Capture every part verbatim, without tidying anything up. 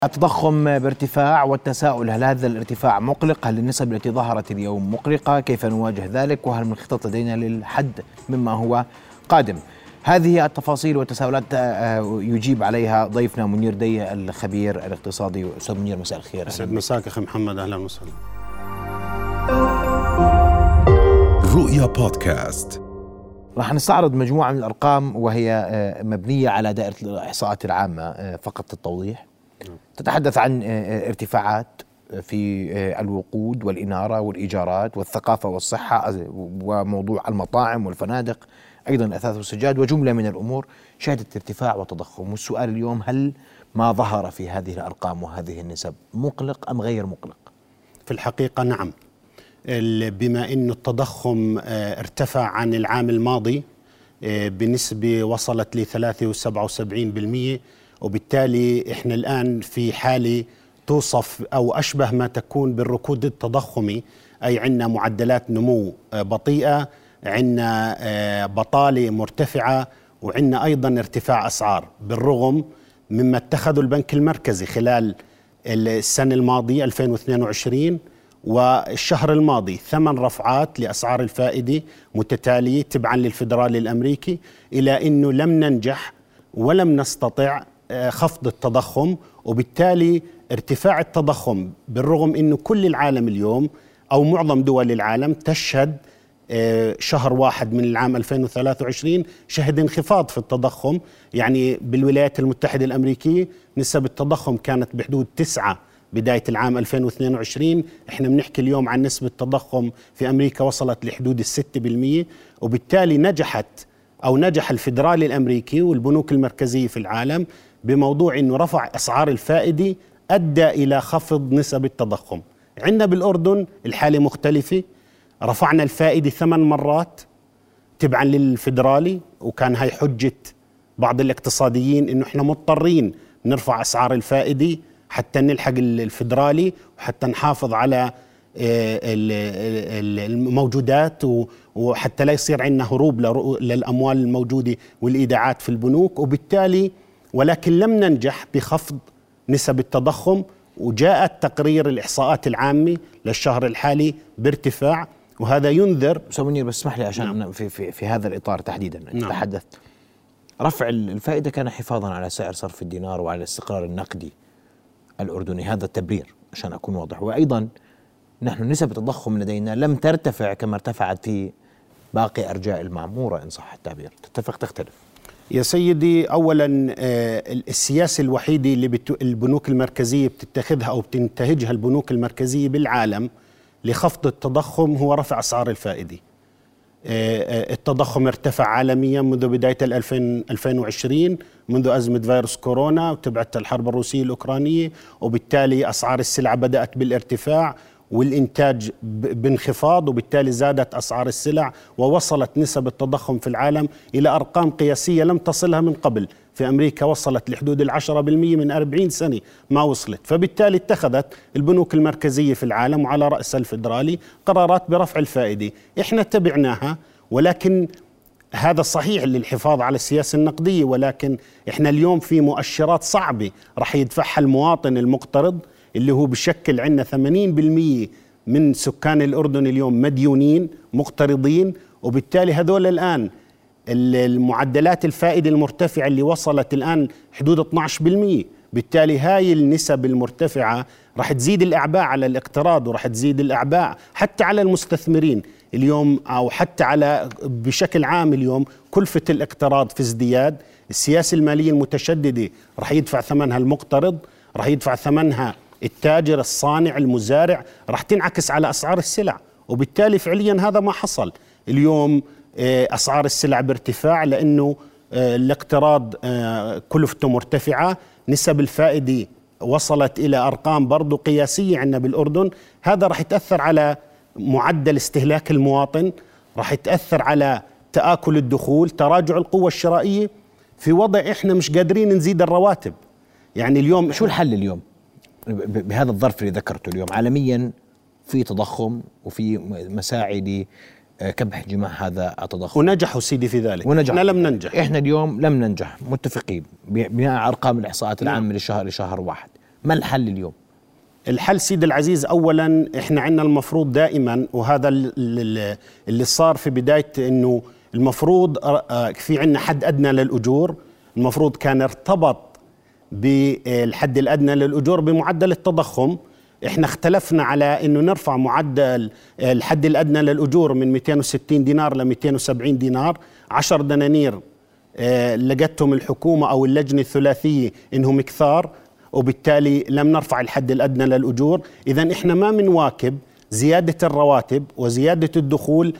التضخم بارتفاع والتساؤل، هل هذا الارتفاع مقلق؟ هل النسب التي ظهرت اليوم مقلقة؟ كيف نواجه ذلك؟ وهل من خطط لدينا للحد مما هو قادم؟ هذه التفاصيل والتساؤلات يجيب عليها ضيفنا منير دي الخبير الاقتصادي. أستاذ منير، مساء الخير. أسعد مساك أخي محمد، أهلا وسهلا. رؤيا بودكاست. راح نستعرض مجموعة من الأرقام وهي مبنية على دائرة الإحصاءات العامة فقط للتوضيح. تتحدث عن ارتفاعات في الوقود والإنارة والإيجارات والثقافة والصحة وموضوع المطاعم والفنادق، أيضا الأثاث والسجاد، وجملة من الأمور شهدت ارتفاع وتضخم. والسؤال اليوم، هل ما ظهر في هذه الأرقام وهذه النسب مقلق أم غير مقلق؟ في الحقيقة نعم، بما أن التضخم ارتفع عن العام الماضي بنسبة وصلت ل ثلاثة وسبعة وسبعين بالمئة، وبالتالي إحنا الآن في حالة توصف أو أشبه ما تكون بالركود التضخمي، أي عندنا معدلات نمو بطيئة، عندنا بطالة مرتفعة، وعندنا أيضا ارتفاع أسعار، بالرغم مما اتخذه البنك المركزي خلال السنة الماضية ألفين واثنين وعشرين والشهر الماضي ثمان رفعات لأسعار الفائدة متتالية تبعا للفيدرالي الأمريكي، إلى أنه لم ننجح ولم نستطع خفض التضخم. وبالتالي ارتفاع التضخم بالرغم أنه كل العالم اليوم أو معظم دول العالم تشهد شهر واحد من العام ألفين وثلاثة وعشرين شهد انخفاض في التضخم. يعني بالولايات المتحدة الأمريكية نسب التضخم كانت بحدود تسعة بداية العام ألفين واثنين وعشرين، احنا بنحكي اليوم عن نسبة تضخم في أمريكا وصلت لحدود الستة بالمئة. وبالتالي نجحت أو نجح الفيدرالي الأمريكي والبنوك المركزية في العالم بموضوع أنه رفع أسعار الفائدة أدى إلى خفض نسب التضخم. عندنا بالأردن الحالة مختلفة، رفعنا الفائدة ثمان مرات تبعا للفيدرالي، وكان هاي حجة بعض الاقتصاديين أنه احنا مضطرين نرفع أسعار الفائدة حتى نلحق الفيدرالي وحتى نحافظ على الموجودات وحتى لا يصير عندنا هروب للأموال الموجودة والإيداعات في البنوك. وبالتالي ولكن لم ننجح بخفض نسب التضخم، وجاءت تقرير الإحصاءات العامة للشهر الحالي بارتفاع، وهذا ينذر. أستاذ منير، بس اسمح لي عشان نعم. في, في, في هذا الإطار تحديدا نعم. تحدثت رفع الفائدة كان حفاظا على سعر صرف الدينار وعلى الاستقرار النقدي الأردني، هذا التبرير عشان أكون واضح. وأيضا نحن نسب التضخم لدينا لم ترتفع كما ارتفعت في باقي أرجاء المعمورة إن صح التعبير. تتفق تختلف؟ يا سيدي، أولا السياسة الوحيدة اللي البنوك المركزية بتتخذها أو بتنتهجها البنوك المركزية بالعالم لخفض التضخم هو رفع أسعار الفائدة. التضخم ارتفع عالميا منذ بداية ألفين وعشرين، منذ أزمة فيروس كورونا وتبعت الحرب الروسية الأوكرانية، وبالتالي أسعار السلع بدأت بالارتفاع والإنتاج بانخفاض، وبالتالي زادت أسعار السلع ووصلت نسب التضخم في العالم إلى أرقام قياسية لم تصلها من قبل. في أمريكا وصلت لحدود العشرة بالمئة من أربعين سنة ما وصلت. فبالتالي اتخذت البنوك المركزية في العالم وعلى رأس الفيدرالي قرارات برفع الفائدة، إحنا اتبعناها، ولكن هذا صحيح للحفاظ على السياسة النقدية، ولكن إحنا اليوم في مؤشرات صعبة رح يدفعها المواطن المقترض اللي هو بشكل عندنا ثمانين بالمئة من سكان الأردن اليوم مديونين مقترضين. وبالتالي هذول الآن المعدلات الفائدة المرتفعة اللي وصلت الآن حدود اثني عشر بالمئة، بالتالي هاي النسب المرتفعة رح تزيد الأعباء على الاقتراض ورح تزيد الأعباء حتى على المستثمرين اليوم، أو حتى على بشكل عام اليوم كلفة الاقتراض في ازدياد. السياسة المالية المتشددة رح يدفع ثمنها المقترض، رح يدفع ثمنها التاجر الصانع المزارع، رح تنعكس على أسعار السلع. وبالتالي فعليا هذا ما حصل اليوم. أسعار السلع بارتفاع لأنه الاقتراض كلفته مرتفعة، نسب الفائدة وصلت إلى أرقام برضو قياسية عندنا بالأردن. هذا رح يتأثر على معدل استهلاك المواطن، رح يتأثر على تآكل الدخول، تراجع القوة الشرائية، في وضع إحنا مش قادرين نزيد الرواتب. يعني اليوم شو الحل اليوم بهذا الظرف اللي ذكرته اليوم؟ عالميا في تضخم وفي مساعي كبح جماع هذا التضخم، ونجحوا سيدي في ذلك، ونجح. احنا لم ننجح. احنا اليوم لم ننجح، متفقين بناء على ارقام الاحصاءات العامه لشهر لشهر واحد. ما الحل اليوم؟ الحل سيد العزيز، أولا إحنا عندنا المفروض دائما، وهذا اللي صار في بداية، إنه المفروض في عندنا حد أدنى للأجور. المفروض كان ارتبط بالحد الأدنى للأجور بمعدل التضخم. إحنا اختلفنا على إنه نرفع معدل الحد الأدنى للأجور من مئتين وستين دينار ل مئتين وسبعين دينار، عشر دنانير لقتهم الحكومة أو اللجنة الثلاثية إنهم كثار، وبالتالي لم نرفع الحد الأدنى للأجور. إذن إحنا ما منواكب زيادة الرواتب وزيادة الدخول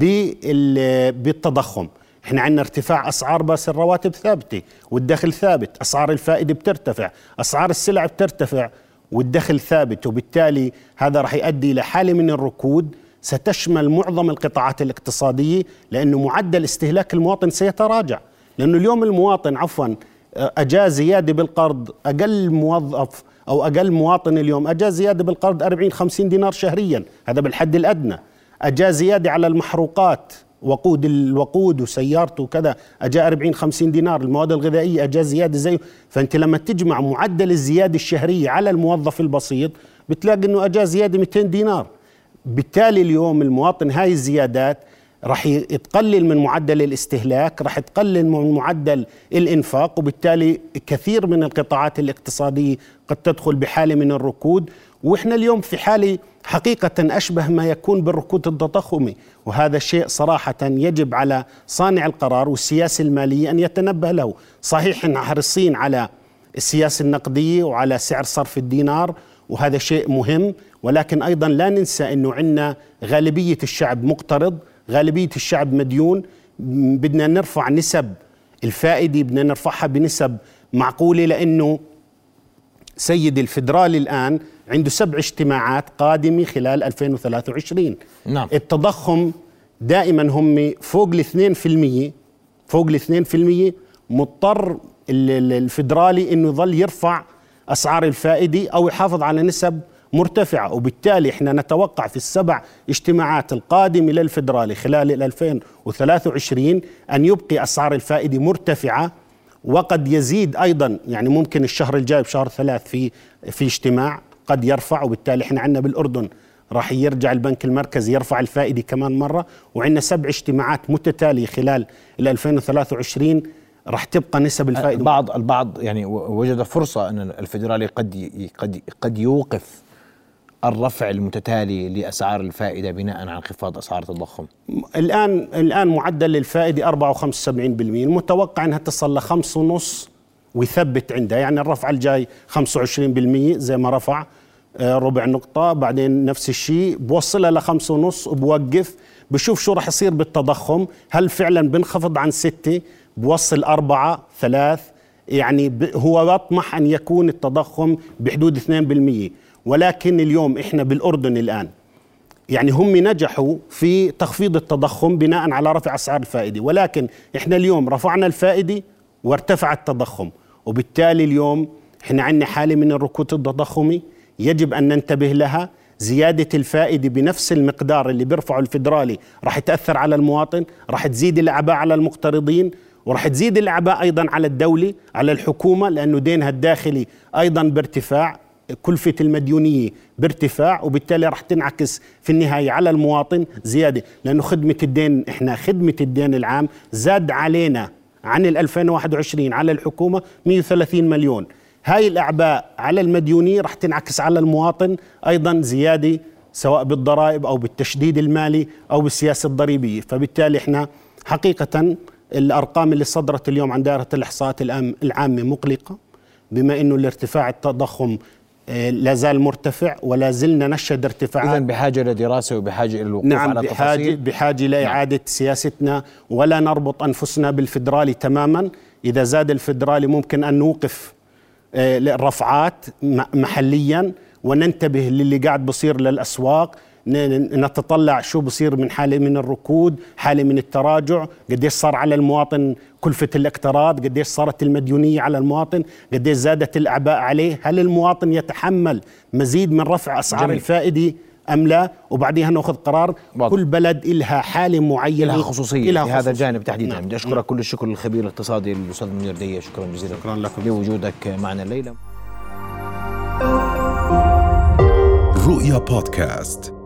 بالتضخم. إحنا عندنا ارتفاع أسعار، بس الرواتب ثابتة والدخل ثابت، أسعار الفائدة بترتفع، أسعار السلع بترتفع والدخل ثابت، وبالتالي هذا رح يؤدي إلى حالة من الركود ستشمل معظم القطاعات الاقتصادية، لأنه معدل استهلاك المواطن سيتراجع. لأنه اليوم المواطن عفوا أجاز زيادة بالقرض، أقل موظف أو أقل مواطن اليوم أجاز زيادة بالقرض أربعين خمسين دينار شهريا، هذا بالحد الأدنى. أجاز زيادة على المحروقات، وقود الوقود وسيارته وكذا، أجا أربعين خمسين دينار. المواد الغذائية أجاز زيادة زيه. فأنت لما تجمع معدل الزيادة الشهرية على الموظف البسيط بتلاقي أنه أجاز زيادة مئتين دينار. بالتالي اليوم المواطن هاي الزيادات رح يتقلل من معدل الاستهلاك، رح تقلل من معدل الإنفاق، وبالتالي كثير من القطاعات الاقتصادية قد تدخل بحالة من الركود. وإحنا اليوم في حالة حقيقة أشبه ما يكون بالركود التضخمي، وهذا الشيء صراحة يجب على صانع القرار والسياسة المالية أن يتنبه له. صحيح إحنا حريصين على السياسة النقدية وعلى سعر صرف الدينار، وهذا شيء مهم، ولكن أيضا لا ننسى أنه عندنا غالبية الشعب مقترض، غالبية الشعب مديون. بدنا نرفع نسب الفائدة، بدنا نرفعها بنسب معقولة، لأنه سيد الفدرالي الآن عنده سبع اجتماعات قادمة خلال ألفين وثلاثة وعشرين. نعم. التضخم دائما هم فوق الاثنين في المية، فوق الاثنين في المية. مضطر الفدرالي أنه يظل يرفع أسعار الفائدة أو يحافظ على نسب مرتفعة، وبالتالي احنا نتوقع في السبع اجتماعات القادمة للفدرالي خلال ألفين وثلاثة وعشرين أن يبقي أسعار الفائدة مرتفعة، وقد يزيد أيضا، يعني ممكن الشهر الجاي بشهر ثلاث في في اجتماع قد يرفع. وبالتالي احنا عندنا بالأردن راح يرجع البنك المركزي يرفع الفائدة كمان مرة، وعندنا سبع اجتماعات متتالية خلال ألفين وثلاثة وعشرين راح تبقى نسب الفائدة. البعض البعض يعني وجد فرصة أن الفدرالي قد قد قد يوقف الرفع المتتالي لأسعار الفائدة بناء على انخفاض أسعار التضخم. الآن الآن معدل الفائدة أربعة وخمسة وسبعين بالمئة، المتوقع أنها تصل لخمس ونص ويثبت عندها، يعني الرفع الجاي خمسة وعشرين بالمئة زي ما رفع ربع نقطة، بعدين نفس الشيء بوصلها لخمسة ونص وبوقف، بشوف شو راح يصير بالتضخم. هل فعلا بنخفض عن ستة، بوصل أربعة ثلاث، يعني هو يطمح أن يكون التضخم بحدود اثنين بالمئة. ولكن اليوم إحنا بالأردن الآن يعني هم نجحوا في تخفيض التضخم بناء على رفع أسعار الفائدة، ولكن إحنا اليوم رفعنا الفائدة وارتفع التضخم، وبالتالي اليوم إحنا عندنا حالة من الركود التضخمي يجب أن ننتبه لها. زيادة الفائدة بنفس المقدار اللي بيرفعه الفدرالي راح تأثر على المواطن، راح تزيد الأعباء على المقترضين، وراح تزيد الأعباء أيضا على الدولة على الحكومة، لأنه دينها الداخلي أيضا بارتفاع، كلفة المديونية بارتفاع، وبالتالي راح تنعكس في النهاية على المواطن زيادة، لأنه خدمة الدين، إحنا خدمة الدين العام زاد علينا عن ألفين وواحد وعشرين على الحكومة مئة وثلاثين مليون. هاي الأعباء على المديونية راح تنعكس على المواطن أيضا زيادة، سواء بالضرائب أو بالتشديد المالي أو بالسياسة الضريبية. فبالتالي إحنا حقيقة الأرقام اللي صدرت اليوم عن دائرة الإحصاءات العامة مقلقة، بما أنه الارتفاع التضخم لا زال مرتفع ولا زلنا نشهد ارتفاعات. إذن بحاجة لدراسة وبحاجة إلى الوقوف نعم على بحاجة, بحاجة لإعادة نعم. سياستنا، ولا نربط أنفسنا بالفدرالي تماما. إذا زاد الفدرالي ممكن أن نوقف الرفعات محليا وننتبه للي قاعد بصير للأسواق، نتطلع شو بصير من حالة من الركود، حالة من التراجع، قديش صار على المواطن كلفة الاقتراض، قديش صارت المديونية على المواطن، قديش زادت الأعباء عليه، هل المواطن يتحمل مزيد من رفع أسعار جميل. الفائدة أم لا، وبعديها نأخذ قرار. واضح. كل بلد إلها حالة معينة، لها خصوصية في هذا الجانب تحديدا. نعم. بدي أشكرك كل الشكر للخبير الاقتصادي الأستاذ منير دية، شكرا جزيلا شكرا لكم لوجودك معنا الليلة. رؤيا بودكاست.